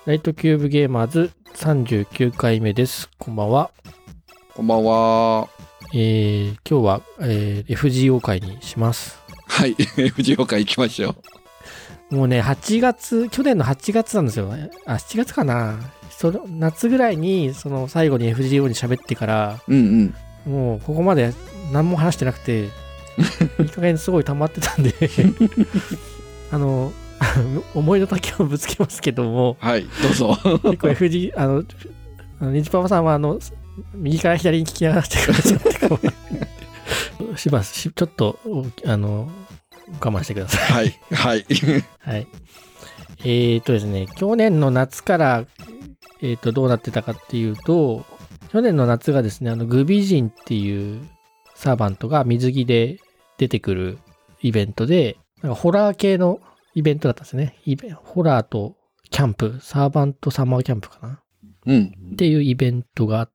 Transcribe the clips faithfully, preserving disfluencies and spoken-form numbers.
ライトキューブゲーマーズさんじゅうきゅうかいめです。こんばんは。 こんばんは。 えー、今日は、えー、エフジーオー 会にします。 はい、エフジーオー 会行きましょう。もうね、はちがつ、去年のはちがつなんですよ。あ、しちがつかな。その夏ぐらいに、その最後に エフジーオー に喋ってから、 うんうん、もうここまで何も話してなくて、いい加減すごい溜まってたんで、あの、思いの丈をぶつけますけども、 はい、どうぞ。 結構 エフジー、あの、あのニジパパさんはあの右から左に聞き流してくださってかもしばしちょっとあの我慢してください。 はいはいはい。えーとですね、去年の夏からえーとどうなってたかっていうと、去年の夏がですね、あのグビジンっていうサーバントが水着で出てくるイベントで、なんかホラー系のイベントだったんですね。イベホラーとキャンプ、サーバントサマーキャンプかな。 うん、 っていうイベントがあって、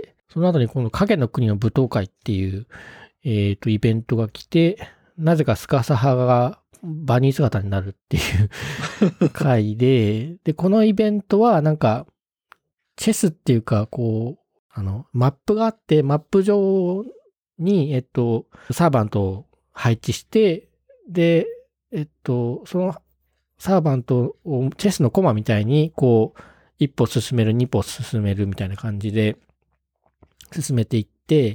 その後にこの影の国の舞踏会っていう、えーと、イベントが来て、なぜかスカサハがバニー姿になるっていう回で、で、このイベントはなんか、チェスっていうか、こう、あの、マップがあって、マップ上に、えっと、サーバントを配置して、で、えっと、そのサーバントをチェスのコマみたいに、こう、一歩進める、二歩進めるみたいな感じで進めていって、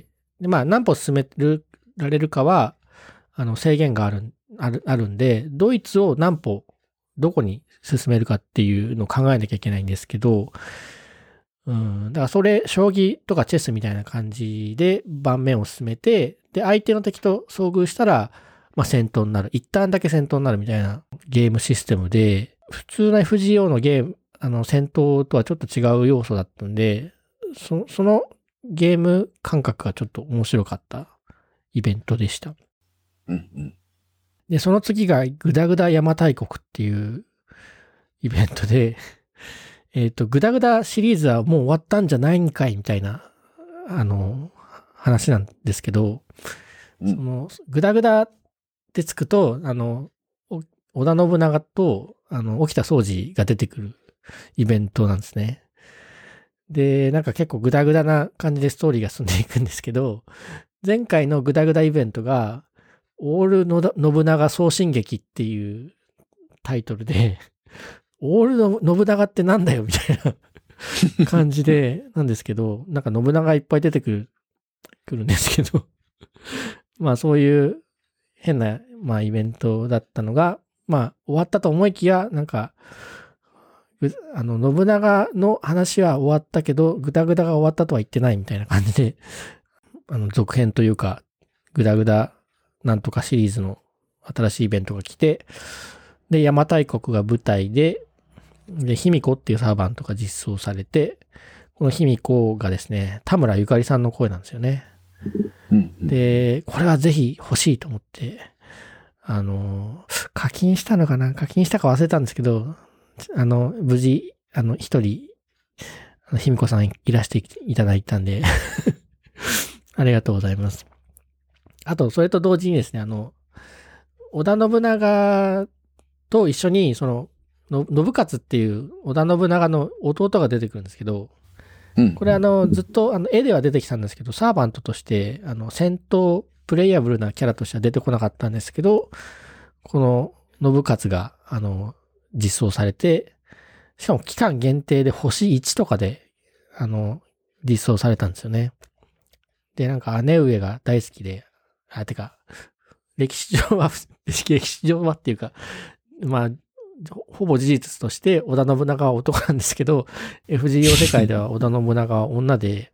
で、まあ何歩進められるかは、あの制限がある、ある、あるんで、ドイツを何歩、どこに進めるかっていうのを考えなきゃいけないんですけど、うん、だからそれ、将棋とかチェスみたいな感じで盤面を進めて、で、相手の敵と遭遇したら、まあ戦闘になる。一旦だけ戦闘になるみたいなゲームシステムで、普通の エフジーオー のゲーム、あの戦闘とはちょっと違う要素だったんで、そ, そのゲーム感覚がちょっと面白かったイベントでした。 うんうん、 で、その次がグダグダ邪馬台国っていうイベントで、えっと、グダグダシリーズはもう終わったんじゃないんかいみたいな、あの、話なんですけど、うん、その、グダグダってつくと、あの、織田信長と、あの、沖田総司が出てくるイベントなんですね。で、なんか結構グダグダな感じでストーリーが進んでいくんですけど、前回のグダグダイベントが、オールの信長送信劇っていうタイトルで、オールの信長ってなんだよみたいな感じで、なんですけど、なんか信長いっぱい出てくる、くるんですけど、まあそういう変な、まあイベントだったのが、まあ終わったと思いきや、なんか、あの、信長の話は終わったけど、グダグダが終わったとは言ってないみたいな感じで、あの、続編というか、グダグダなんとかシリーズの新しいイベントが来て、で、邪馬台国が舞台で、で、卑弥呼っていうサーバントが実装されて、この卑弥呼がですね、田村ゆかりさんの声なんですよね。 うんうん、 で、これはぜひ欲しいと思って、あの、課金したのかな課金したか忘れたんですけど、あの、無事、あの、一人、卑弥呼さんいらしていただいたんで、ありがとうございます。あと、それと同時にですね、あの、織田信長と一緒に、その、の信勝っていう織田信長の弟が出てくるんですけど、うん、これあの、ずっとあの絵では出てきたんですけど、サーバントとして、あの、戦闘、プレイヤブルなキャラとしては出てこなかったんですけど、この信勝が、あの、実装されて、しかも期間限定で星いちとかで、あの、実装されたんですよね。で、なんか姉上が大好きで、あ、てか、歴史上は、歴史上はっていうか、まあ、ほぼ事実として織田信長は男なんですけど、エフジーオー 世界では織田信長は女で、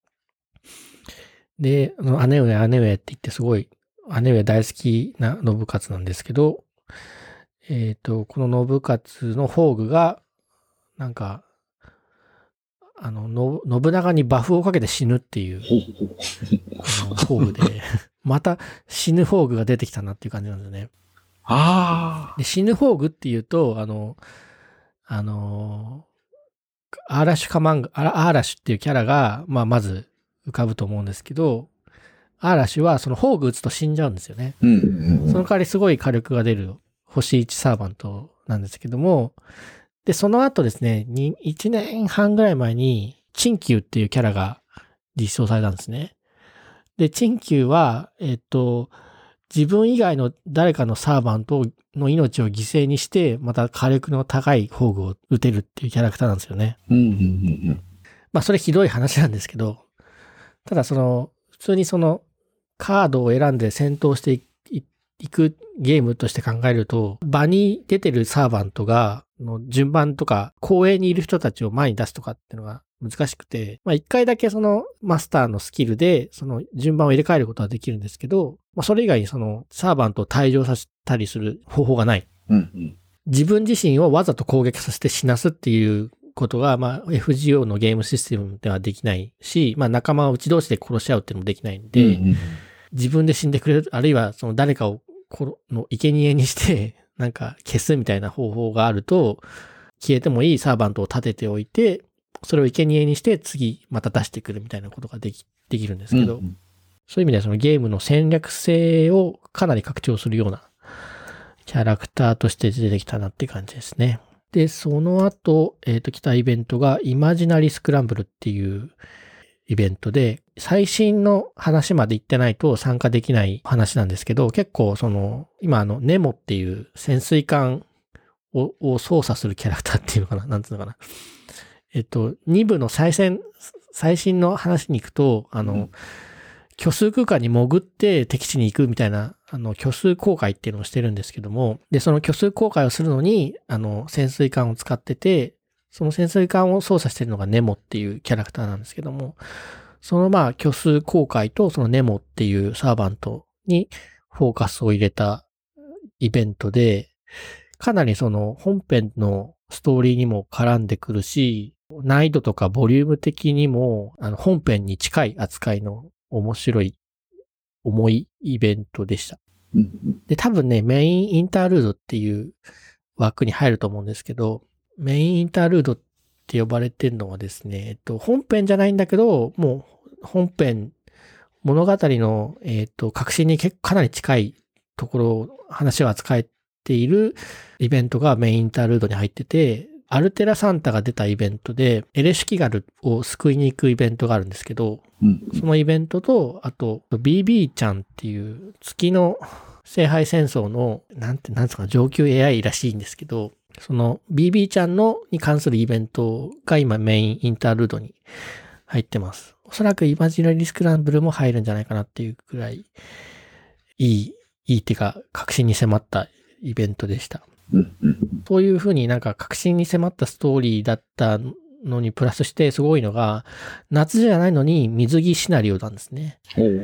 で、姉上姉上って言ってすごい、姉上大好きな信勝なんですけど、えっと、この信勝の宝具が、なんか、あの、の信長にバフをかけて死ぬっていう、あの宝具で、また死ぬ宝具が出てきたなっていう感じなんですよね。 ああ。 で、死ぬ宝具っていうと、あの、あの、アーラッシュカマング、アーラッシュっていうキャラが、まあ、まず浮かぶと思うんですけど、アーラッシュはその宝具打つと死んじゃうんですよね。 うんうんうん、 その代わりすごい火力が出る星いちサーバントなんですけども、 で、その後ですね、にいちねんはんぐらい前に、チンキューっていうキャラが実装されたんですね。で、チンキューは、えっと、自分以外の誰かのサーバントの命を犠牲にして、また火力の高い宝具を撃てるっていうキャラクターなんですよね。 うんうんうんうん。 まあ、それひどい話なんですけど、ただその、普通にその、カードを選んで戦闘していくゲームとして考えると、場に出てるサーバントが、の順番とか、公営にいる人たちを前に出すとかっていうのが難しくて、まあ一回だけそのマスターのスキルで、その順番を入れ替えることはできるんですけど、まあそれ以外にそのサーバントを退場させたりする方法がない。 うんうん、 自分自身をわざと攻撃させて死なすっていうことが、まあ エフジーオー のゲームシステムではできないし、まあ仲間を内同士で殺し合うっていうのもできないんで、うんうん、自分で死んでくれる、あるいはその誰かをの生贄にして、なんか消すみたいな方法があると、消えてもいいサーバントを立てておいて、それを生贄にして次また出してくるみたいなことができ、できるんですけど、うんうん、そういう意味ではそのゲームの戦略性をかなり拡張するようなキャラクターとして出てきたなって感じですね。で、その後、えっと、来たイベントがイマジナリースクランブルっていうイベントで、最新の話まで行ってないと参加できない話なんですけど、結構その、今あの、ネモっていう潜水艦を、を操作するキャラクターっていうのかななんていうのかな。えっと、に部の最先、最新の話に行くと、あの、うん、虚数空間に潜って敵地に行くみたいな、あの、虚数航海っていうのをしてるんですけども、で、その虚数航海をするのに、あの、潜水艦を使ってて、その潜水艦を操作してるのがネモっていうキャラクターなんですけども、そのまあ虚数航海とそのネモっていうサーバントにフォーカスを入れたイベントで、かなりその本編のストーリーにも絡んでくるし、難易度とかボリューム的にもあの本編に近い扱いの面白い重いイベントでした。で、多分ね、メインインタールードっていう枠に入ると思うんですけど、メインインタールードって呼ばれてるのはですね、えっと、本編じゃないんだけど、もう本編、物語の、えっと、核心に結構かなり近いところ、話を扱っているイベントがメインインタールードに入ってて、アルテラサンタが出たイベントで、エレシュキガルを救いに行くイベントがあるんですけど、うん、そのイベントと、あと、ビービー ちゃんっていう月の聖杯戦争の、なんて、なんですか、上級 エーアイ らしいんですけど、その ビービー ちゃんのに関するイベントが今メインインタールードに入ってます。おそらくイマジナリースクランブルも入るんじゃないかなっていうくらい、いい、いいっていうか、確信に迫ったイベントでした。そういうふうになんか確信に迫ったストーリーだったのにプラスしてすごいのが、夏じゃないのに水着シナリオなんですね。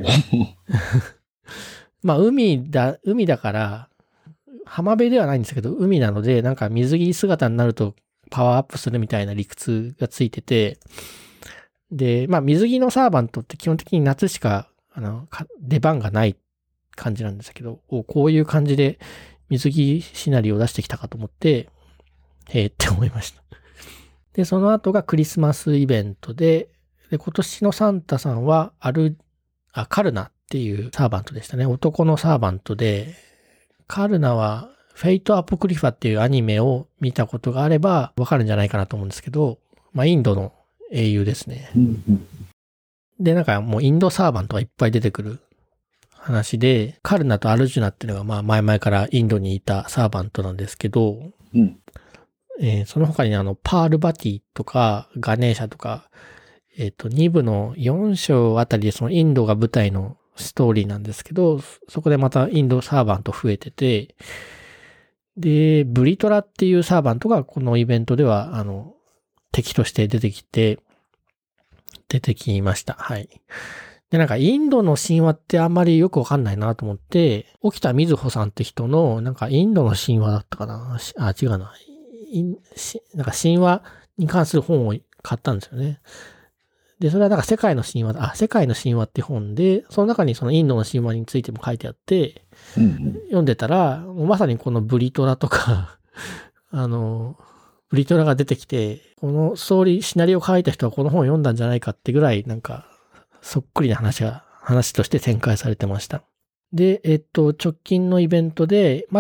まあ海だ、海だから、浜辺ではないんですけど、海なので、なんか水着姿になるとパワーアップするみたいな理屈がついてて、で、まあ水着のサーバントって基本的に夏しか、あの、出番がない感じなんですけど、こういう感じで水着シナリオを出してきたかと思って、へーって思いました。で、その後がクリスマスイベントで、で今年のサンタさんは、アル、あ、カルナっていうサーバントでしたね。男のサーバントで、カルナはフェイト・アポクリファっていうアニメを見たことがあればわかるんじゃないかなと思うんですけど、まあインドの英雄ですね。で、なんかもうインドサーバントがいっぱい出てくる話で、カルナとアルジュナっていうのがまあ前々からインドにいたサーバントなんですけど、うんえー、その他にあのパールバティとかガネーシャとか、えっとに部のよん章あたりでそのインドが舞台のストーリーなんですけど、そこでまたインドサーバント増えてて、で、ブリトラっていうサーバントがこのイベントでは、あの、敵として出てきて、出てきました。はい。で、なんかインドの神話ってあんまりよくわかんないなと思って、沖田瑞穂さんって人の、なんかインドの神話だったかなあ、違うな。なんか神話に関する本を買ったんですよね。で、それはなんか世界の神話、あ、世界の神話って本で、その中にそのインドの神話についても書いてあって、うんうん、読んでたら、もうまさにこのブリトラとか、あの、ブリトラが出てきて、このストーリー、シナリオを書いた人はこの本を読んだんじゃないかってぐらい、なんか、そっくりな話が、話として展開されてました。で、えっと、直近のイベントで、まだ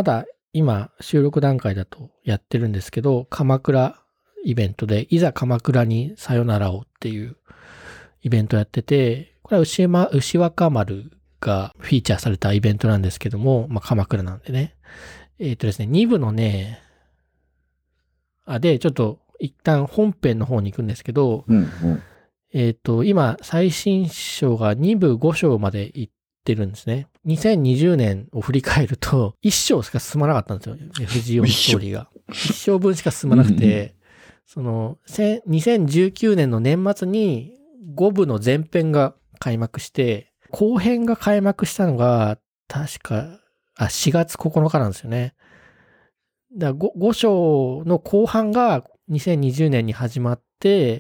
今収録段階だとやってるんですけど、鎌倉イベントで、いざ鎌倉にさよならをっていうイベントやってて、これは牛間、牛若丸がフィーチャーされたイベントなんですけども、まあ鎌倉なんでね。えっとですね、に部のね、あ、で、ちょっと一旦本編の方に行くんですけど、 うんうん、 えっと、今、最新章がに部ご章まで行ってるんですね。にせんにじゅうねんを振り返ると、いち章しか進まなかったんですよ。エフジーオー のストーリーが。いち章分しか進まなくて、うんうん、その、にせんじゅうきゅうねんの年末にご部の前編が開幕して、後編が開幕したのが、確か、あ、しがつここのかなんですよね。だから 5, 5章の後半がにせんにじゅうねんに始まって、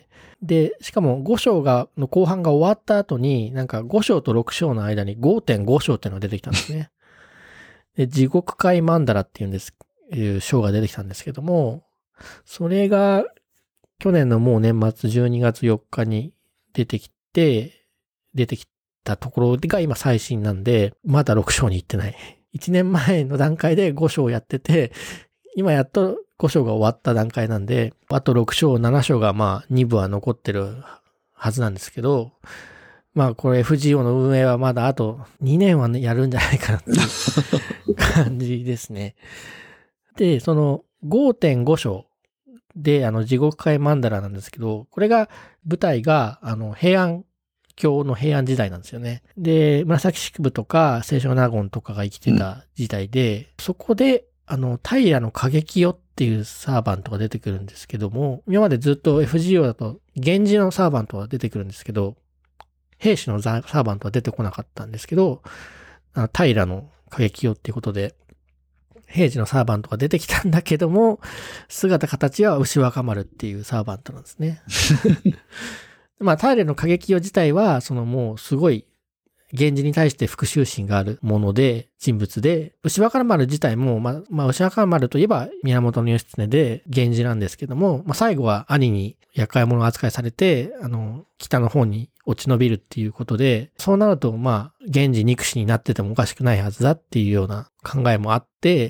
で、しかもご章が、の後半が終わった後に、なんかご章とろく章の間に ごてんご 章っていうのが出てきたんですね。で、地獄界曼荼羅っていうんです、いう章が出てきたんですけども、それが去年のもう年末じゅうにがつよっかに出てきて、出てきたところが今最新なんで、まだろく章に行ってない。いちねんまえの段階でご章やってて、今やっとご章が終わった段階なんで、あとろく章、なな章がまあに部は残ってるはずなんですけど、まあこれ エフジーオー の運営はまだあとにねんはね、やるんじゃないかなっていう感じですね。で、その ごてんご 章であの地獄界曼荼羅なんですけど、これが舞台があの平安京の平安時代なんですよね。で、紫式部とか清少納言とかが生きてた時代で、うん、そこであの、平の過激よっていうサーバントが出てくるんですけども、今までずっと エフジーオー だと、源氏のサーバントが出てくるんですけど、兵士のサーバントは出てこなかったんですけど、あの平の過激よっていうことで、兵士のサーバントが出てきたんだけども、姿形は牛若丸っていうサーバントなんですね。まあ、平の過激よ自体は、そのもうすごい、源氏に対して復讐心があるもので、人物で、牛若丸自体も、まあ、まあ、牛若丸といえば源義経で源氏なんですけども、まあ、最後は兄に厄介者扱いされて、あの、北の方に落ち延びるっていうことで、そうなると、まあ、源氏憎しになっててもおかしくないはずだっていうような考えもあって、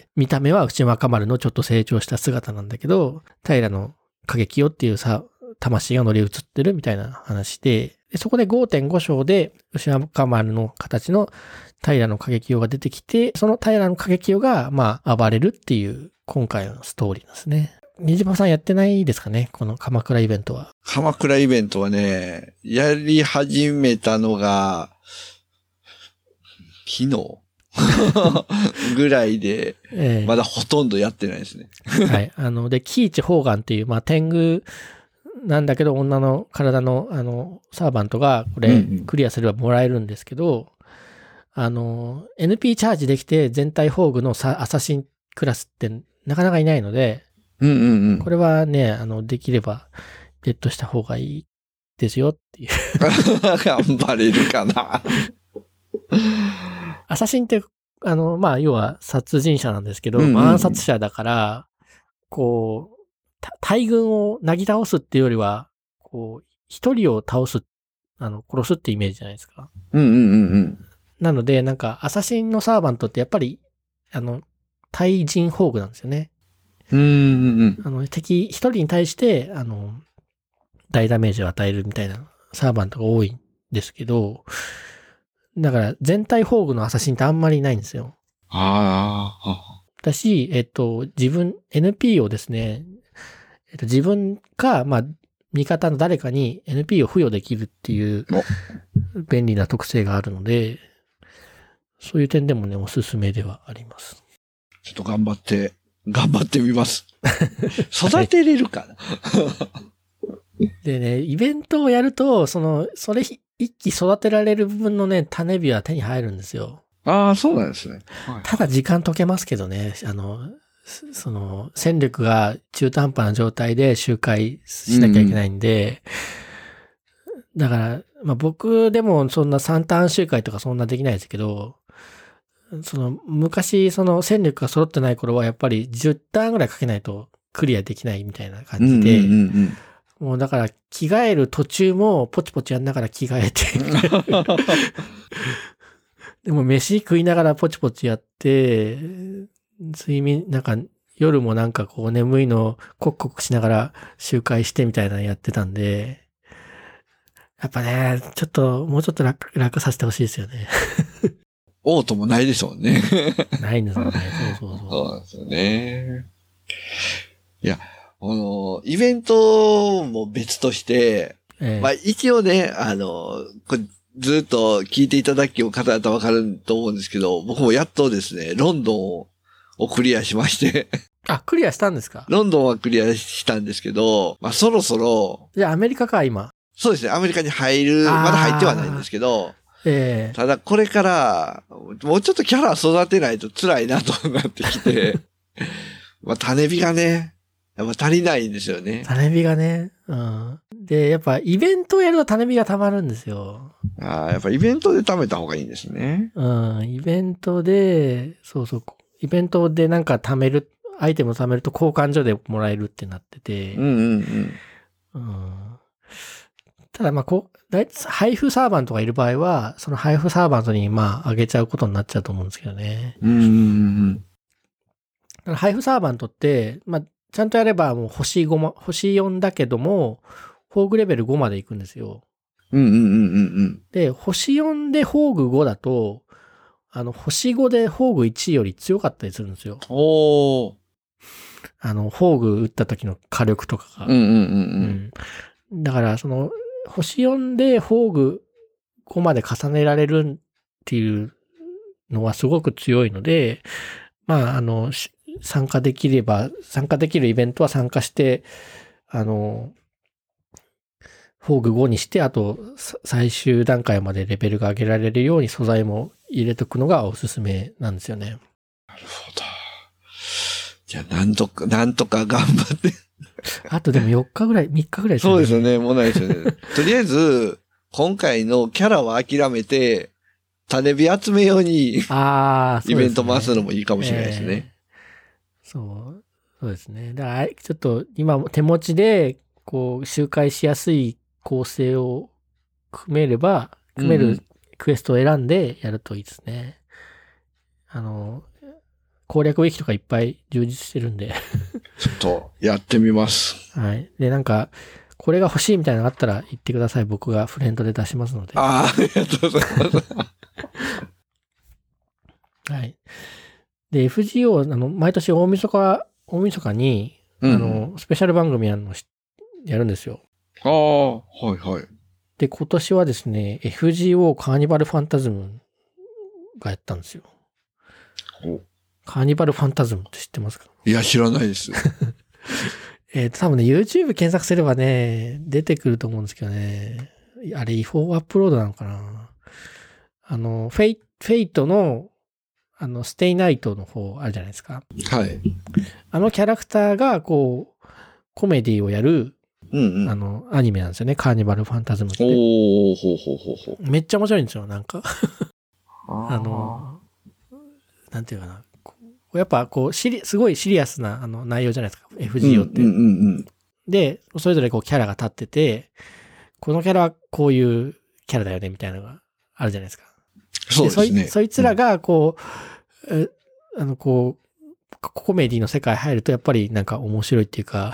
見た目は牛若丸のちょっと成長した姿なんだけど、平の過激よっていうさ、魂が乗り移ってるみたいな話で、でそこで ごてんご 章で牛若丸の形の平の過激よが出てきて、その平の過激よがまあ暴れるっていう今回のストーリーですね。にじまさんやってないですかね、この鎌倉イベントは。 鎌倉イベントはね、やり始めたのが昨日ぐらいで、えー、まだほとんどやってないですね。 はい。あの、で、喜一宝願っていう、まあ天狗なんだけど女の体のあのサーバントがこれクリアすればもらえるんですけど、うんうん、あの エヌピー チャージできて全体宝具のアサシンクラスってなかなかいないので、 うんうんうん、 これはね、あのできればゲットした方がいいですよっていう頑張れるかなアサシンってあのまあ要は殺人者なんですけど、うんうんうん、暗殺者だからこう大軍をなぎ倒すっていうよりは、こう、一人を倒す、あの、殺すってイメージじゃないですか。 うんうんうんうん。 なので、なんか、アサシンのサーバントってやっぱり、あの、対人宝具なんですよね。 うんうんうん。 あの、敵一人に対して、あの、大ダメージを与えるみたいなサーバントが多いんですけど、だから、全体宝具のアサシンってあんまりいないんですよ。 ああ。 だし、えっと、自分、エヌピー をですね、えっと、自分か、まあ、味方の誰かに エヌピー を付与できるっていう便利な特性があるので、そういう点でもね、おすすめではあります。 ちょっと頑張って、頑張ってみます。育てれるかなでね、イベントをやると、その、それ一気育てられる部分のね、種火は手に入るんですよ。 ああ、そうなんですね。 はい、ただ時間解けますけどね、あの、その、戦力が中途半端な状態で周回しなきゃいけないんで、うん、だから、まあ僕でもそんなさんターン周回とかそんなできないですけど、その、昔その戦力が揃ってない頃はやっぱりじゅうターンぐらいかけないとクリアできないみたいな感じで、 うんうんうんうん、 もうだから着替える途中もポチポチやんながら着替えて、でも飯食いながらポチポチやって、 睡眠、なんか夜もなんかこう眠いのをコクコクしながら周回してみたいなのやってたんで、やっぱね、ちょっと、もうちょっと楽、楽させてほしいですよね。 オートもないでしょうね。 ないんですよね。そうそうそう。 そうなんですよね。いや、あの、イベントも別として、 ええ、 まあ一応ね、あの、これずっと聞いていただき方だったらわかると思うんですけど、僕もやっとですね、ロンドンをクリアしまして。 あ、クリアしたんですか？ ロンドンはクリアしたんですけど、まあそろそろ。 じゃあアメリカか、今。 そうですね、アメリカに入る、まだ入ってはないんですけど、 ええ、 ただこれから、もうちょっとキャラ育てないと辛いなとなってきて、まあ種火がね、やっぱ足りないんですよね。 種火がね。うん。で、やっぱイベントをやると種火が溜まるんですよ。 ああ、やっぱイベントで貯めた方がいいんですね。 うん。イベントで、そうそう。イベントでなんか貯める、アイテムを貯めると交換所でもらえるってなってて。 うんうんうん。 うん。ただまあこう、だい配布サーバントがいる場合は、その配布サーバントにまあ上げちゃうことになっちゃうと思うんですけどね。 うんうんうんうん。配布サーバントって、まあ、ちゃんとやればもう星ごま、星よんだけども、フォーグレベルごまで行くんですよ。 うんうんうんうんうん。 で、星よんでフォーグごだと、あの、星ごでフォーグいちより強かったりするんですよ。 おー。 あの、フォーグ打った時の火力とかが。 うんうんうんうん。だから、その、星よんでフォーグごまで重ねられるっていうのはすごく強いので、まあ、あの、参加できれば、参加できるイベントは参加して、あの、フォーグごにして、あと、最終段階までレベルが上げられるように素材も入れとくのがおすすめなんですよね。 なるほど。じゃあ、なんとか、なんとか頑張って。 あとでもよっかぐらい、みっかぐらいですよね。そうですよね。もうないですよね。とりあえず、今回のキャラは諦めて、種火集めように、 ああ、 イベント回すのもいいかもしれないですね。 えー、そう、そうですね。だから、ちょっと今手持ちで、こう、周回しやすい構成を組めれば、組めるクエストを選んでやるといいですね。うんうん、あの、攻略ウィキとかいっぱい充実してるんで。 ちょっと、やってみます。 はい。で、なんか、これが欲しいみたいなのがあったら言ってください。僕がフレンドで出しますので。 ああ、ありがとうございます。 はい。で、エフジーオー、あの、毎年大晦日、大晦日に、うん、あの、スペシャル番組やるの、やるんですよ。 ああ、はいはい。 で、今年はですね、エフジーオー カーニバルファンタズムがやったんですよ。カーニバルファンタズムって知ってますか？ いや、知らないです。 えっと、多分ね、YouTube 検索すればね、出てくると思うんですけどね。あれ、違法アップロードなのかな？あの、フェイ、フェイトの、あの、ステイナイトの方あるじゃないですか。 はい。 あのキャラクターが、こう、コメディをやる、 うんうん、 あの、アニメなんですよね。カーニバルファンタズムって。 おー、ほうほうほうほう。 めっちゃ面白いんですよ、なんか。 あ, あの、なんていうかな。やっぱ、こう、シリ、すごいシリアスな、あの、内容じゃないですか。エフジーオー って。 うんうんうんうん、 で、それぞれこう、キャラが立ってて、このキャラはこういうキャラだよね、みたいなのがあるじゃないですか。 そうですね。 で、そい、そいつらが、こう、うん、あの、こう、コメディの世界入ると、やっぱりなんか面白いっていうか、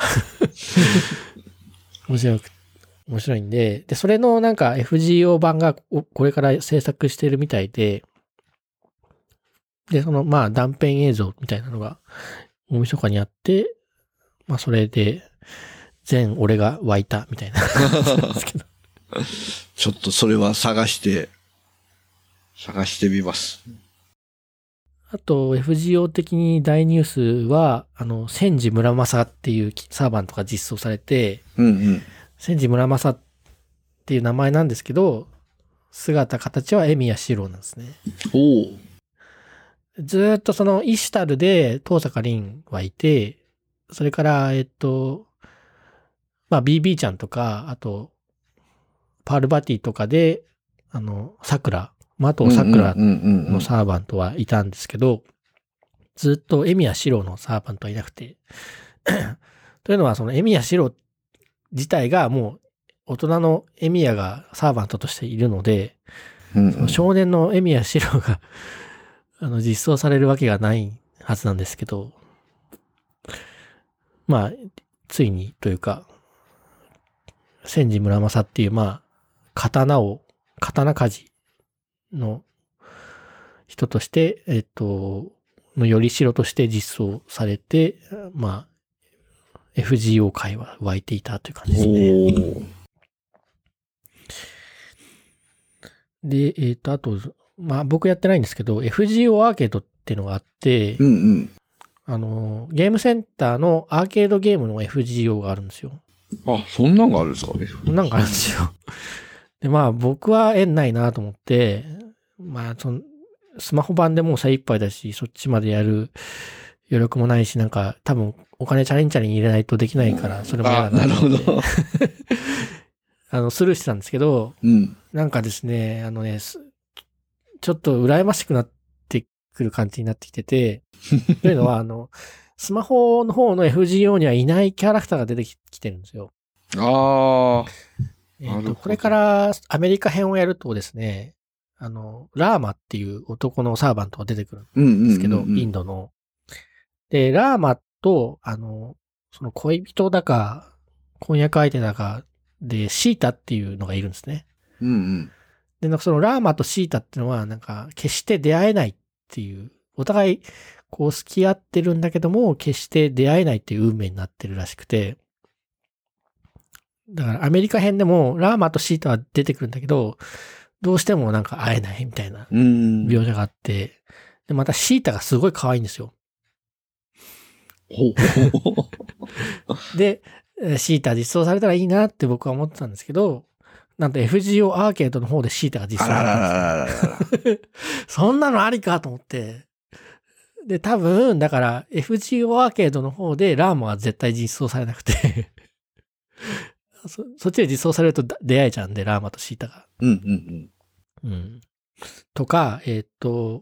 面白く、面白いんで、で、それのなんか エフジーオー 版がこれから制作してるみたいで、で、その、まあ、断片映像みたいなのが、大晦日にあって、まあ、それで、全俺が湧いたみたいなですけど。 ちょっとそれは探して、探してみます。 あと、エフジーオー 的に大ニュースは、あの、千治村正っていうサーバントが実装されて、 うんうん、 千治村正っていう名前なんですけど、姿、形はエミヤシロウなんですね。 おー。 ずーっとそのイシュタルで東坂凛はいて、それから、えっと、まあ ビービー ちゃんとか、あと、パールバティとかで、あの、桜、まあ、あと桜のサーバントはいたんですけど、ずっとエミヤシロウのサーバントはいなくて。というのは、そのエミヤシロウ自体がもう大人のエミヤがサーバントとしているので、 うんうん、 その少年のエミヤシロウがあの、実装されるわけがないはずなんですけど、まあ、ついにというか、千治村正っていう、まあ、刀を、刀鍛冶の人として、えっと、のよりしろとして実装されて、まあ、エフジーオー 界は湧いていたという感じですね。で、えっと、あと、まあ僕やってないんですけど、エフジーオー アーケードっていうのがあって、 うんうん。 あの、ゲームセンターのアーケードゲームの エフジーオー があるんですよ。 あ、そんなんがあるんですか？ なんかあるんですよ。で、まあ僕は縁ないなと思って、まあその、スマホ版でもう精一杯だし、そっちまでやる余力もないし、なんか多分お金チャリンチャリン入れないとできないから、それも嫌だなと思って。 あ、なるほど。 あの、スルーしてたんですけど、 うん。 なんかですね、あのね、ちょっと羨ましくなってくる感じになってきてて、というのは、あの、スマホの方の エフジーオー にはいないキャラクターが出てきてるんですよ。 ああ。 えっと、これからアメリカ編をやるとですね、あの、ラーマっていう男のサーバントが出てくるんですけど、インドの。で、ラーマと、あの、その恋人だか、婚約相手だかで、シータっていうのがいるんですね。 うんうん。 で、なんかそのラーマとシータっていうのは、なんか、決して出会えないっていう、お互い、こう、付き合ってるんだけども、決して出会えないっていう運命になってるらしくて、だからアメリカ編でも、ラーマとシータは出てくるんだけど、どうしてもなんか会えないみたいな描写があって、で、またシータがすごい可愛いんですよ。で、シータ実装されたらいいなって僕は思ってたんですけど、なんと エフジーオー アーケードの方でシータが実装されたんですよ。そんなのありかと思って。で、多分、だから エフジーオー アーケードの方でラーマは絶対実装されなくてそ、そっちで実装されると出会えちゃうんで、ラーマとシータが。 うんうんうん。うん。とか、えっ、ー、と、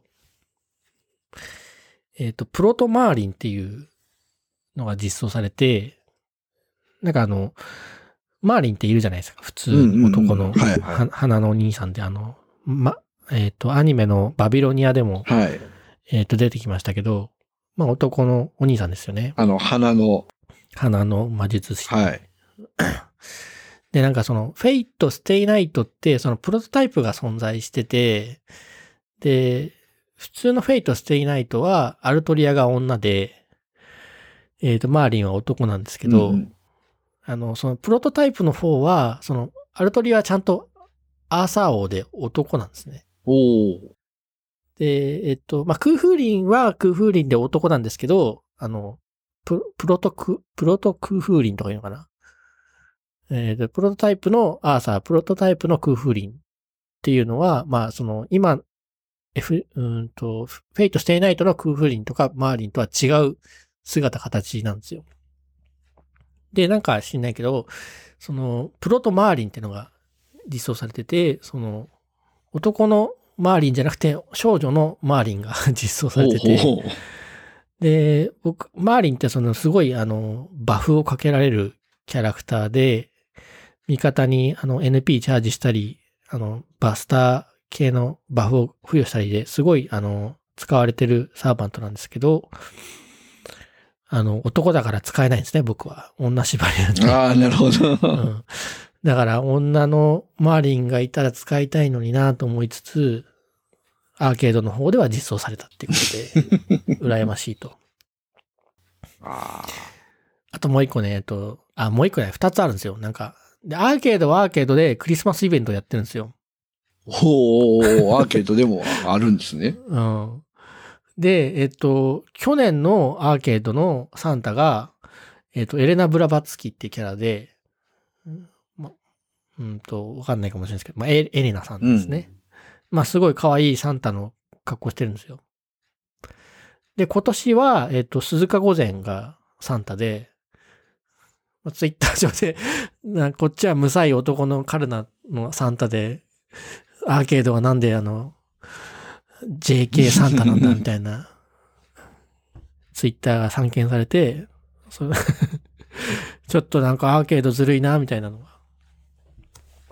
えっ、ー、と、プロトマーリンっていうのが実装されて、なんかあの、マーリンっているじゃないですか。普通に男の花のお兄さんで、あの、ま、えっ、ー、と、アニメのバビロニアでも、 はい、 えっ、ー、と、出てきましたけど、まあ男のお兄さんですよね。 あの、花の。 花の魔術師。 はい。 で、なんかその、フェイト、ステイナイトって、そのプロトタイプが存在してて、で、普通のフェイト、ステイナイトは、アルトリアが女で、えっ、ー、と、マーリンは男なんですけど、うんうん、あの、そのプロトタイプの方は、その、アルトリアはちゃんとアーサー王で男なんですね。 おー。 で、えっと、まあ、クーフーリンはクーフーリンで男なんですけど、あの、プロ、プロトク、プロトクーフーリンとかいうのかな。えっと、プロトタイプのアーサー、プロトタイプのクーフーリンっていうのは、まあ、その、今、F、うんと、フェイト・ステイナイトのクーフーリンとかマーリンとは違う姿、形なんですよ。で、なんか知んないけど、その、プロトマーリンっていうのが実装されてて、その、男のマーリンじゃなくて、少女のマーリンが実装されてて、ほうほう、で、僕、マーリンってそのすごいあの、バフをかけられるキャラクターで、味方にあの エヌピー チャージしたり、あの、バスター系のバフを付与したりで、すごいあの、使われてるサーバントなんですけど、あの、男だから使えないんですね、僕は。女縛りなんで。 ああ、なるほど。うん、 だから、女のマーリンがいたら使いたいのになと思いつつ、アーケードの方では実装されたっていうことで、羨ましいと。 ああともう一個ね、えっと、あ、もう一個ね、二つあるんですよ。なんか、で、アーケードはアーケードでクリスマスイベントをやってるんですよ。 ほう、アーケードでもあるんですね。 うん。で、えっと、去年のアーケードのサンタが、えっと、エレナ・ブラバツキっていうキャラで、ま、うんと、わかんないかもしれないですけど、まあ、エレナさんですね。うん、まあ、すごい可愛いサンタの格好してるんですよ。で、今年は、えっと、鈴鹿御前がサンタで、ツイッター上でな、こっちは無才男のカルナのサンタで、アーケードはなんであの、ジェーケー サンタなんだみたいな、ツイッターが散見されて、そちょっとなんかアーケードずるいなみたいなのが、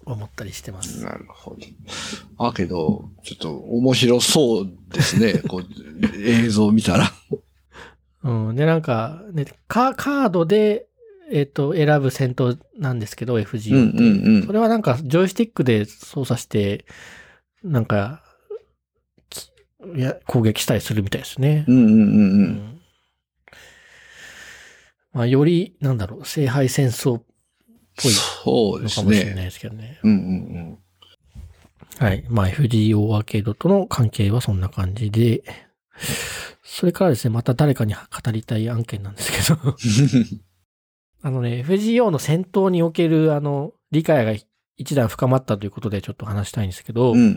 思ったりしてます。 なるほど。あ、けど、ちょっと面白そうですね。こう、映像を見たら。 うん。で、なんか、ね、カカードで、えっと、選ぶ戦闘なんですけど、エフジーオー って。 うんうんうん、 それはなんか、ジョイスティックで操作して、なんか、いや、攻撃したりするみたいですね。 うんうんうんうん。うん、 まあ、より、なんだろう、聖杯戦争っぽいそうですのかもしれないね。 ですけどね。 うんうんうん。 はい。まあ、エフジーオー アーケードとの関係はそんな感じで、それからですね、また誰かに語りたい案件なんですけど、あのね、エフジーオー の戦闘における、あの、理解が一段深まったということでちょっと話したいんですけど、 うんうん、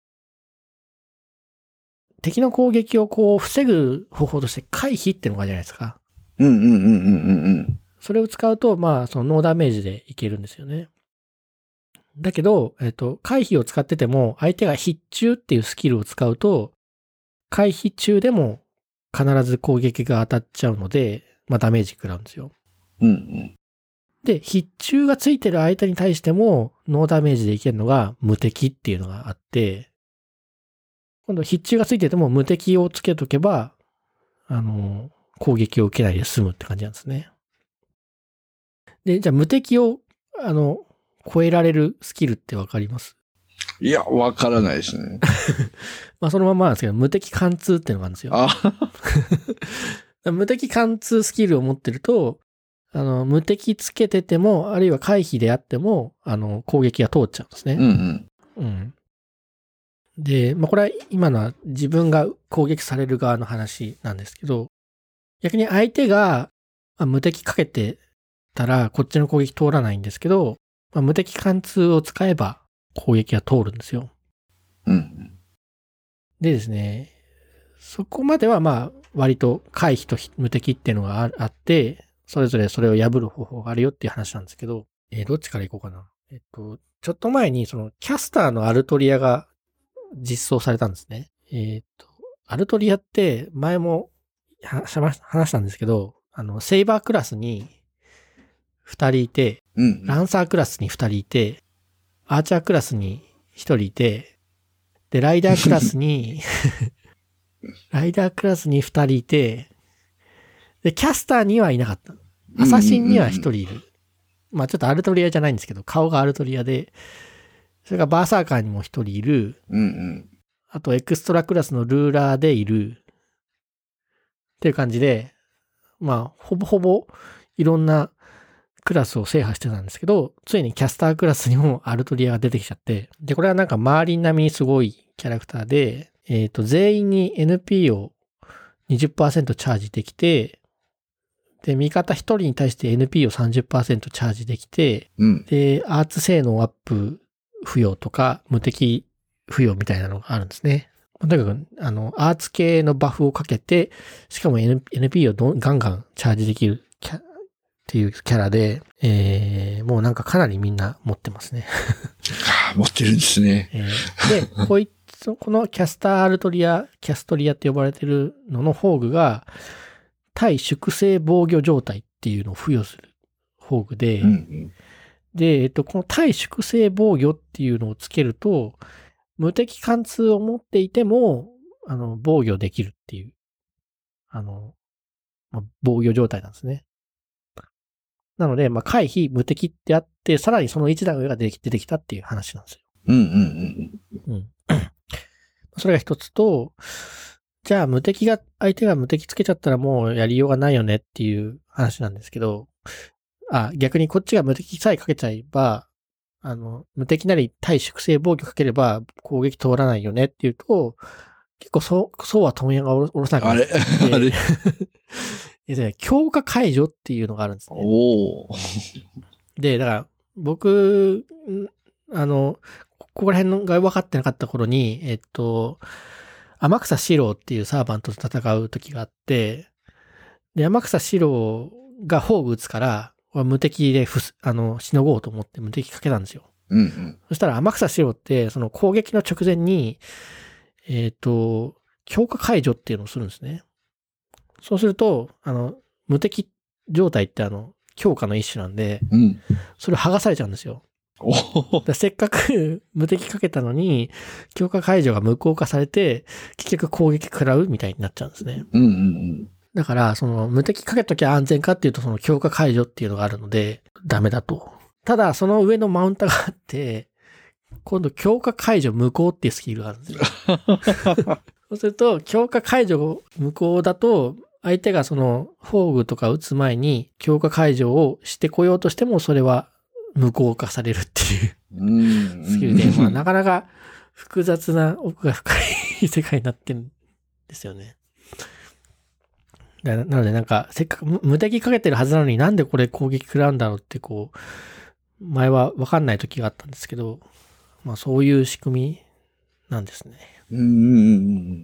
敵の攻撃をこう、防ぐ方法として回避っていうのがあるじゃないですか。 うんうんうんうんうん。 それを使うと、まあ、そのノーダメージでいけるんですよね。だけど、えっと、回避を使ってても、相手が必中っていうスキルを使うと、回避中でも必ず攻撃が当たっちゃうので、まあダメージ食らうんですよ。 うんうん、 で、必中がついてる相手に対しても、ノーダメージでいけるのが無敵っていうのがあって、今度必中がついてても無敵をつけとけば、あの、攻撃を受けないで済むって感じなんですね。で、じゃあ無敵を、あの、超えられるスキルってわかります？ いや、わからないですね。 まあそのままなんですけど、無敵貫通っていうのがあるんですよ。無敵貫通スキルを持ってると、あの、無敵つけてても、あるいは回避であっても、あの、攻撃が通っちゃうんですね。 うんうん。うん。で、まあこれは今のは自分が攻撃される側の話なんですけど、逆に相手が、まあ、無敵かけてたら、こっちの攻撃通らないんですけど、まあ、無敵貫通を使えば攻撃が通るんですよ。 うん。 でですね、そこまではまあ割と回避と無敵っていうのがあって、それぞれそれを破る方法があるよっていう話なんですけど、えー、どっちから行こうかな。えっと、ちょっと前にそのキャスターのアルトリアが実装されたんですね。えっと、アルトリアって前も話したんですけど、あの、セイバークラスにふたりいて、 うん、 ランサークラスにふたりいて、アーチャークラスにひとりいて、で、ライダークラスにライダークラスにふたりいて、で、キャスターにはいなかった。アサシンにはひとりいる。まあちょっとアルトリアじゃないんですけど、顔がアルトリアで、それからバーサーカーにもひとりいる。 うんうん、 あとエクストラクラスのルーラーでいる。っていう感じで、まあほぼほぼいろんなクラスを制覇してたんですけど、ついにキャスタークラスにもアルトリアが出てきちゃって、で、これはなんか周り並みにすごいキャラクターで、えっと、全員に エヌピー を にじゅっパーセント チャージできて、で、味方ひとりに対して エヌピー を さんじゅっパーセント チャージできて、 うん、 で、アーツ性能アップ付与とか、無敵付与みたいなのがあるんですね。とにかく、あの、アーツ系のバフをかけて、しかも エヌピー をどガンガンチャージできるキャっていうキャラで、えー、もうなんかかなりみんな持ってますね。 あ、持ってるんですね。 えー、で、こいつ、このキャスターアルトリア、キャストリアって呼ばれてるのの宝具が、対粛清防御状態っていうのを付与する宝具で、 うんうん、 で、えっと、この対粛清防御っていうのをつけると、無敵貫通を持っていても、あの、防御できるっていう、あの、まあ、防御状態なんですね。なので、まあ、回避、無敵ってあって、さらにその一段上が出てきたっていう話なんですよ。 うんうんうん。それが一つと、じゃあ無敵が、相手が無敵つけちゃったらもうやりようがないよねっていう話なんですけど、あ、逆にこっちが無敵さえかけちゃえば、あの、無敵なり対粛清防御かければ攻撃通らないよねっていうと、結構そう、そうは問屋がおろさなくなってあれあれで、強化解除っていうのがあるんですね。 おで、だから、僕、あの、ここら辺が分かってなかった頃に、えっと、天草四郎っていうサーバントと戦う時があって、で、天草四郎が宝具打つから、無敵でふす、あの、しのごうと思って無敵かけたんですよ。 うんうん、 そしたら天草四郎って、その攻撃の直前に、えっと、強化解除っていうのをするんですね。そうすると、あの、無敵状態ってあの、強化の一種なんで、 うん、 それを剥がされちゃうんですよ。 おせっかく無敵かけたのに、強化解除が無効化されて、結局攻撃食らうみたいになっちゃうんですね。 うんうんうん。 だから、その無敵かけときゃ安全かっていうと、その強化解除っていうのがあるので、ダメだと。ただ、その上のマウンターがあって、今度強化解除無効っていうスキルがあるんですよ。そうすると、強化解除無効だと、相手がそのフォーグとか打つ前に強化解除をしてこようとしても、それは無効化されるっていうスキルで、まあなかなか複雑な奥が深い世界になってるんですよね。なのでなんか、せっかく無敵かけてるはずなのになんでこれ攻撃食らうんだろうってこう、前は分かんない時があったんですけど、まあそういう仕組みなんですね。 うんうんうん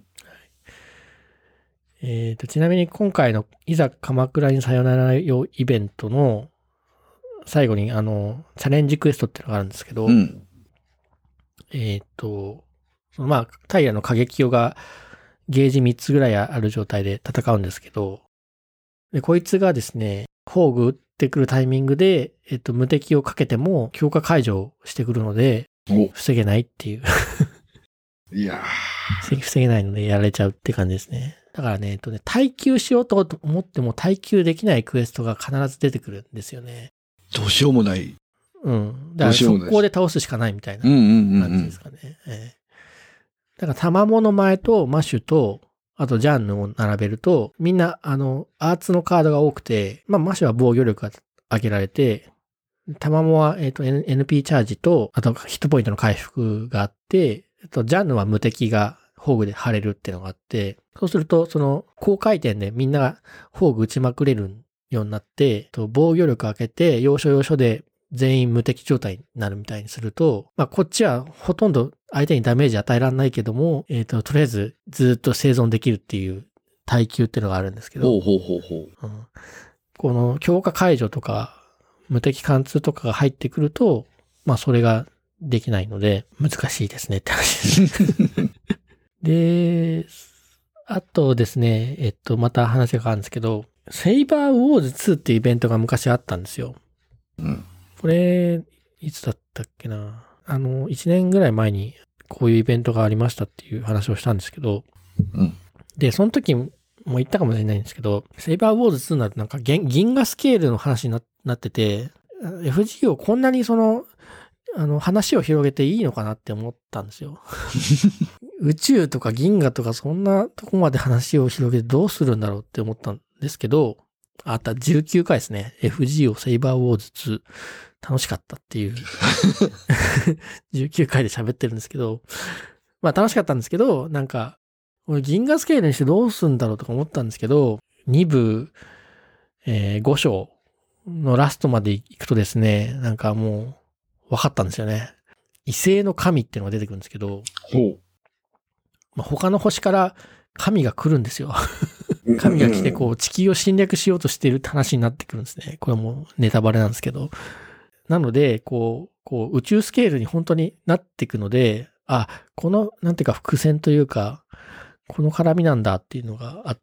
えーと、ちなみに今回のいざ鎌倉にさよならよイベントの最後にあの、チャレンジクエストっていうのがあるんですけど、 うん。 えっと、そのまあ、平の影清がゲージみっつぐらいある状態で戦うんですけど、でこいつがですね、フォーグ打ってくるタイミングで、えっと、無敵をかけても強化解除してくるので、 お防げないっていう。 いや防げないのでやられちゃうって感じですね。だからね、えっとね、耐久しようと思っても耐久できないクエストが必ず出てくるんですよね。 ー、どうしようもない。 うん。だから速攻で倒すしかないみたいなうんうんうんうん。 感じですかね。ええだから、玉物前とマッシュと、あとジャンヌを並べると、みんな、あの、アーツのカードが多くて、まあ、マッシュは防御力が上げられて、玉もは、えっと、エヌピー チャージと、あとヒットポイントの回復があって、えっと、ジャンヌは無敵がフォーグで張れるっていうのがあって、そうすると、その、高回転でみんながフォーグ打ちまくれるようになって、と防御力上げて、要所要所で全員無敵状態になるみたいにすると、まあ、こっちはほとんど相手にダメージ与えられないけども、えっと、とりあえずずっと生存できるっていう耐久っていうのがあるんですけど、 ほうほうほうほう。 うん、この強化解除とか、無敵貫通とかが入ってくると、まあそれができないので、難しいですねって話です。で、あとですね、えっと、また話が変わるんですけど、セイバーウォーズツーっていうイベントが昔あったんですよ。 うん。 これ、いつだったっけな。あの、いちねんぐらい前にこういうイベントがありましたっていう話をしたんですけど、 うん。 で、その時も言ったかもしれないんですけど、セイバーウォーズツーになるとなんか銀河スケールの話にななってて、エフジーオー こんなにその、あの、話を広げていいのかなって思ったんですよ。宇宙とか銀河とかそんなとこまで話を広げてどうするんだろうって思ったんですけど、あったじゅうきゅうかいですね。エフジーオー セイバーウォーズツー。楽しかったっていう。じゅうきゅうかいで喋ってるんですけど、まあ楽しかったんですけど、なんか、銀河スケールにしてどうするんだろうとか思ったんですけど、に部、えー、ご章のラストまで行くとですね、なんかもう分かったんですよね。異星の神っていうのが出てくるんですけど、 ほまあ、他の星から神が来るんですよ。神が来てこう地球を侵略しようとしているって話になってくるんですね。これもネタバレなんですけど。なので、こう、こう宇宙スケールに本当になっていくので、あ、この、なんていうか伏線というか、この絡みなんだっていうのがあって、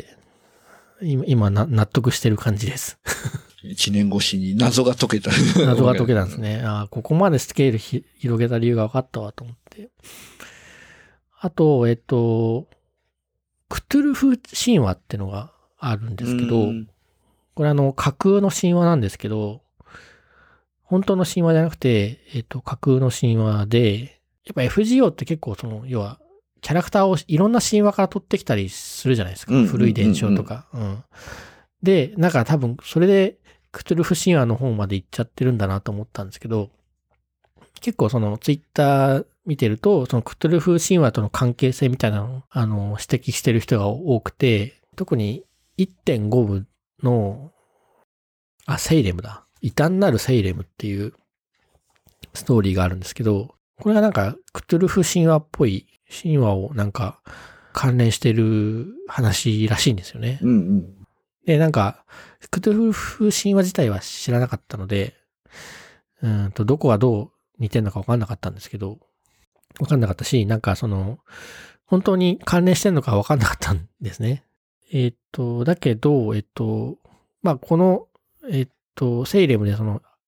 今、今な納得してる感じです。 一年越しに謎が解けた。 謎が解けたんですね。あ、ここまでスケールひ広げた理由が分かったわと思って。あと、えっと、クトゥルフ神話ってのがあるんですけど、これあの架空の神話なんですけど、本当の神話じゃなくて、えっと、架空の神話で、やっぱ エフジーオー って結構その、要は、キャラクターをいろんな神話から取ってきたりするじゃないですか。 うん古い伝承とか。うん。で、なんか多分それでクトゥルフ神話の方まで行っちゃってるんだなと思ったんですけど、結構そのツイッター見てると、そのクトゥルフ神話との関係性みたいなのを、あの、指摘してる人が多くて、特に いってんご 部の、あ、セイレムだ。異端なるセイレムっていうストーリーがあるんですけど、これがなんかクトゥルフ神話っぽい神話をなんか関連してる話らしいんですよね。 うんうん。 で、なんか、クトゥルフ神話自体は知らなかったので、うんと、どこがどう似てるのか分かんなかったんですけど、分かんなかったし、なんかその、本当に関連してるのか分かんなかったんですね。えっと、だけど、えっと、まあ、この、えっと、セイレムでその、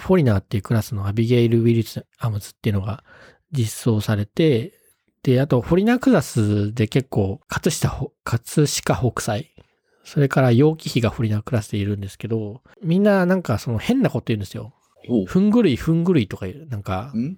フォリナーっていうクラスのアビゲイル・ウィリアムズっていうのが実装されて、で、あと、フォリナークラスで結構、葛飾、葛飾北斎、それから楊貴妃がフォリナークラスでいるんですけど、みんななんかその変なこと言うんですよ。ふんぐるいふんぐるいとか言う。なんか、ん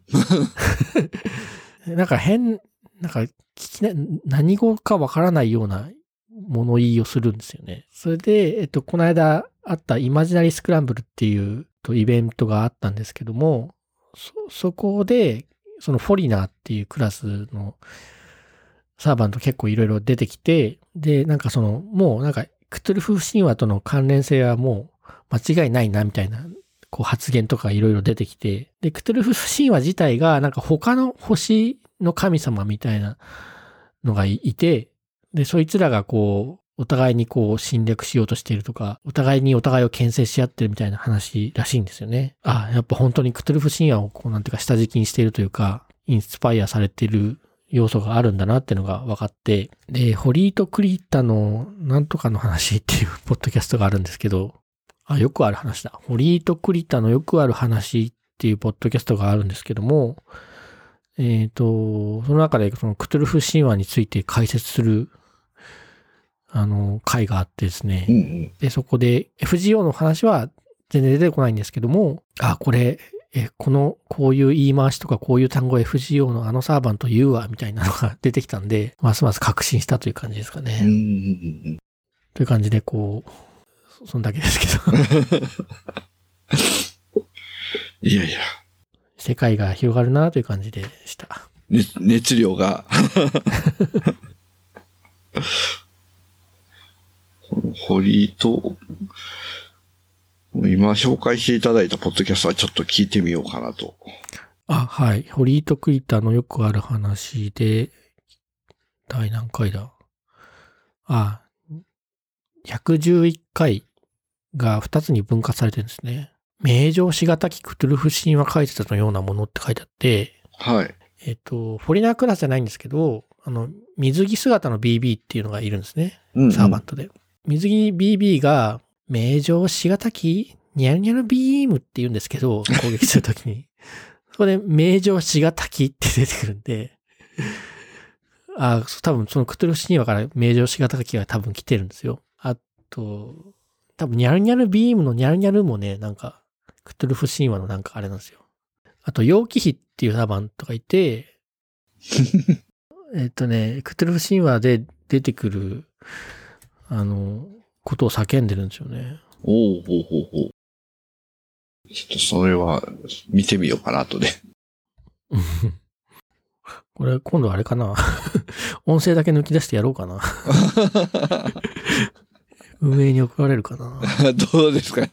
なんか変、なんか聞きな、何語かわからないような物言いをするんですよね。それで、えっと、この間あったイマジナリースクランブルっていうイベントがあったんですけども、そ、そこで、そのフォリナーっていうクラスのサーバント結構いろいろ出てきて、で、なんかその、もうなんか、クトゥルフ神話との関連性はもう間違いないなみたいな、こう発言とかいろいろ出てきて、で、クトゥルフ神話自体がなんか他の星の神様みたいなのがいて、で、そいつらがこう、お互いにこう侵略しようとしているとか、お互いにお互いを牽制し合ってるみたいな話らしいんですよね。あ、やっぱ本当にクトゥルフ神話をこうなんていうか下敷きにしているというか、インスパイアされている要素があるんだなっていうのが分かって、で、ホリーとクリータのなんとかの話っていうポッドキャストがあるんですけど、あ、よくある話だ。ホリーとクリータのよくある話っていうポッドキャストがあるんですけども、えっと、その中でそのクトゥルフ神話について解説するあの、回があってですね。 うんうん、 で、そこで エフジーオー の話は全然出てこないんですけども、あ、これ、え、この、こういう言い回しとかこういう単語 エフジーオー のあのサーバント言うわ、みたいなのが出てきたんで、ますます確信したという感じですかね。 うんうんうん、 という感じで、こう、そんだけですけど。 いやいや。 世界が広がるなという感じでした。 ね、熱量が。堀井と、今紹介していただいたポッドキャストはちょっと聞いてみようかなと。 あ、はい。堀井とクリーターのよくある話で、第何回だあ、ひゃくじゅういっかいがふたつに分割されてるんですね。名城しがたきクトゥルフ神話解説のようなものって書いてあって、 はい。 えっと、フォリナークラスじゃないんですけど、あの、水着姿の ビービー っていうのがいるんですね。うんうん、サーバントで。水着 ビービー が、名城しがたきニャルニャルビームって言うんですけど、攻撃するときに。そこで、名城しがたきって出てくるんで、あ、多分そのクトゥルフ神話から名城しがたきが多分来てるんですよ。あと、多分ニャルニャルビームのニャルニャルもね、なんか、クトゥルフ神話のなんかあれなんですよ。あと、楊貴妃っていうサーバントがいて、えっとね、クトゥルフ神話で出てくる、あの、ことを叫んでるんですよね。 おうほうほうほう。ちょっとそれは見てみようかな、後で。 これ今度あれかな音声だけ抜き出してやろうかな運営に怒られるかなどうですかね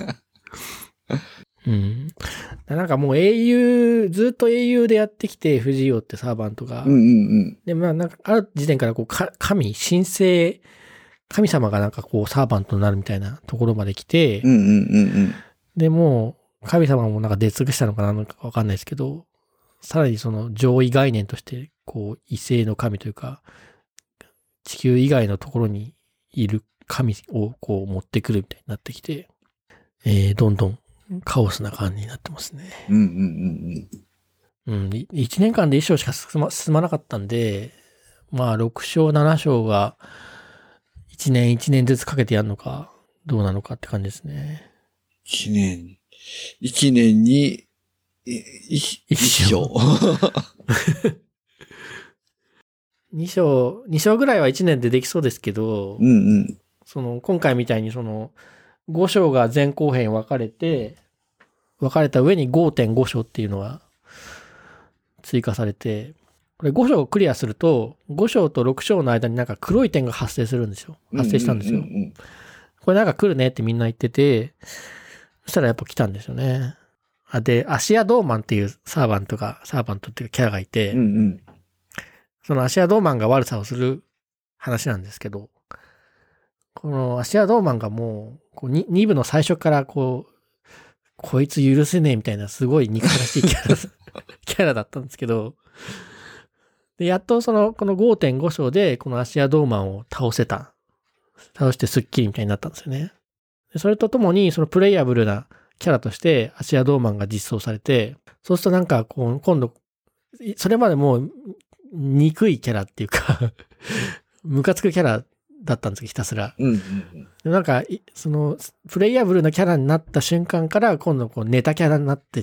うん。なんかもう エーユー、ずっと エーユー でやってきて エフジーオー ってサーバントが。 うんうんうん。 で、まあなんかある時点からこうか神、神聖、神様がなんかこうサーバントになるみたいなところまで来て、 うんうんうんうん。 で、もう神様もなんか出尽くしたのかなのかわかんないですけど、さらにその上位概念として、こう異性の神というか、地球以外のところにいる神をこう持ってくるみたいになってきて、えー、どんどんカオスな感じになってますね。 うんうんうんうん。うん。いちねんかんでいっ章しか進ま、進まなかったんで、まあろく章、なな章がいちねんいちねんずつかけてやるのか、どうなのかって感じですね。 いちねん。いちねんに、一章。 に章、に章ぐらいはいちねんでできそうですけど、 うんうん。 その、今回みたいにその、ご章が前後編分かれて、分かれた上に ごてんご 章っていうのが追加されて、これご章をクリアすると、ご章とろく章の間になんか黒い点が発生するんですよ。発生したんですよ。これなんか来るねってみんな言ってて、そしたらやっぱ来たんですよね。あ、で、アシアドーマンっていうサーバントが、サーバントっていうキャラがいて、 うんうん、 そのアシアドーマンが悪さをする話なんですけど、このアシアドーマンがもう、こうにに部の最初からこう、こいつ許せねえみたいなすごい憎たらしいキャラ、キャラだったんですけど、で、やっとその、この ごてんご 章でこのアシアドーマンを倒せた。倒してスッキリみたいになったんですよね。でそれとともに、そのプレイヤブルなキャラとしてアシアドーマンが実装されて、そうするとなんかこう、今度、それまでもう憎いキャラっていうか、ムカつくキャラだったんですよ、ひたすら。 うんうんでなんか、その、プレイヤブルなキャラになった瞬間から、今度こうネタキャラになってって、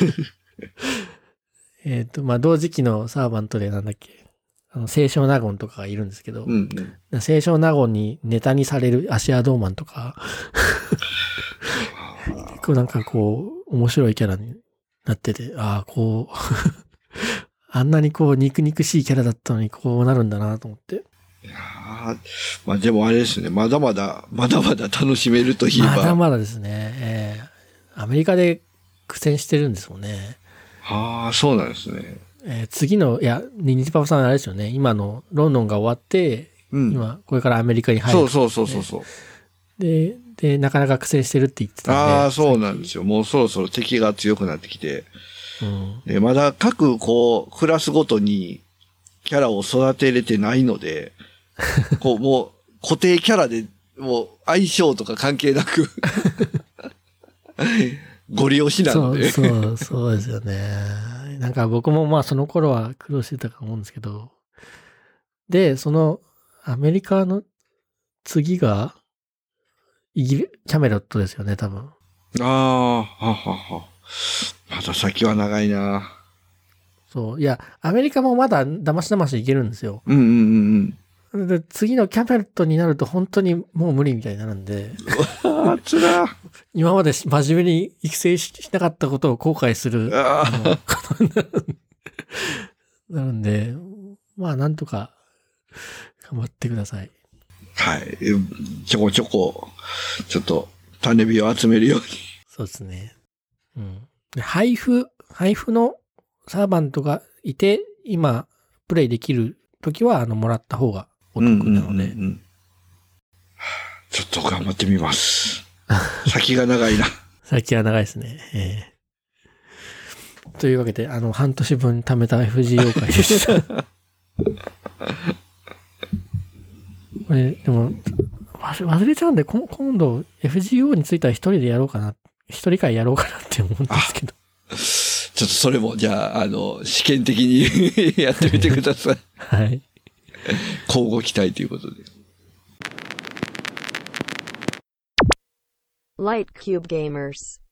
えっと、まあ、同時期のサーバントでなんだっけ、あの、清少納言とかがいるんですけど、 うんうん、 清少納言にネタにされるアシアドーマンとか、結構なんかこう、面白いキャラになってて、ああ、こう、あんなにこう、肉肉しいキャラだったのにこうなるんだなと思って。 いやまあでもあれですね、まだまだ、まだまだ楽しめるといえば。 まだまだですね。えー、アメリカで苦戦してるんですもんね。 ああ、そうなんですね。 えー、次の、いや、ニニパパさんあれですよね。今のロンドンが終わって、うん、今、これからアメリカに入る、ね。 そうそうそうそう。 で、で、なかなか苦戦してるって言ってたんで。 ああ、そうなんですよ。もうそろそろ敵が強くなってきて。 うん、 でまだ各、こう、クラスごとにキャラを育てれてないので、こう、もう、固定キャラで、もう、相性とか関係なく、ご利用しなんで。 そう、そう、そうですよね。なんか僕もまあその頃は苦労してたと思うんですけど。で、その、アメリカの次が、イギリキャメロットですよね、多分。 ああ、ははは。まだ先は長いな。 そう。いや、アメリカもまだだましだましいけるんですよ。 うんうんうんうん。で次のキャメロットになると本当にもう無理みたいになるんで。 ああ、つら。 今まで真面目に育成しなかったことを後悔する。あなので、まあなんとか頑張ってください。 はい。ちょこちょこ、ちょっと種火を集めるように。 そうですね。うん。で配布、配布のサーバントがいて、今、プレイできるときは、あの、もらった方がお得なので、うんうんうんうん。 ちょっと頑張ってみます。先が長いな。先が長いですね。えー、というわけで、あの、半年分貯めた エフジーオー 会でした。これ、でも、忘れちゃうんで、今度 エフジーオー については一人でやろうかな。一人会やろうかなって思うんですけど。 ちょっとそれも、じゃあ、あの、試験的にやってみてください。 はい。 交互期待ということで。 Light Cube Gamers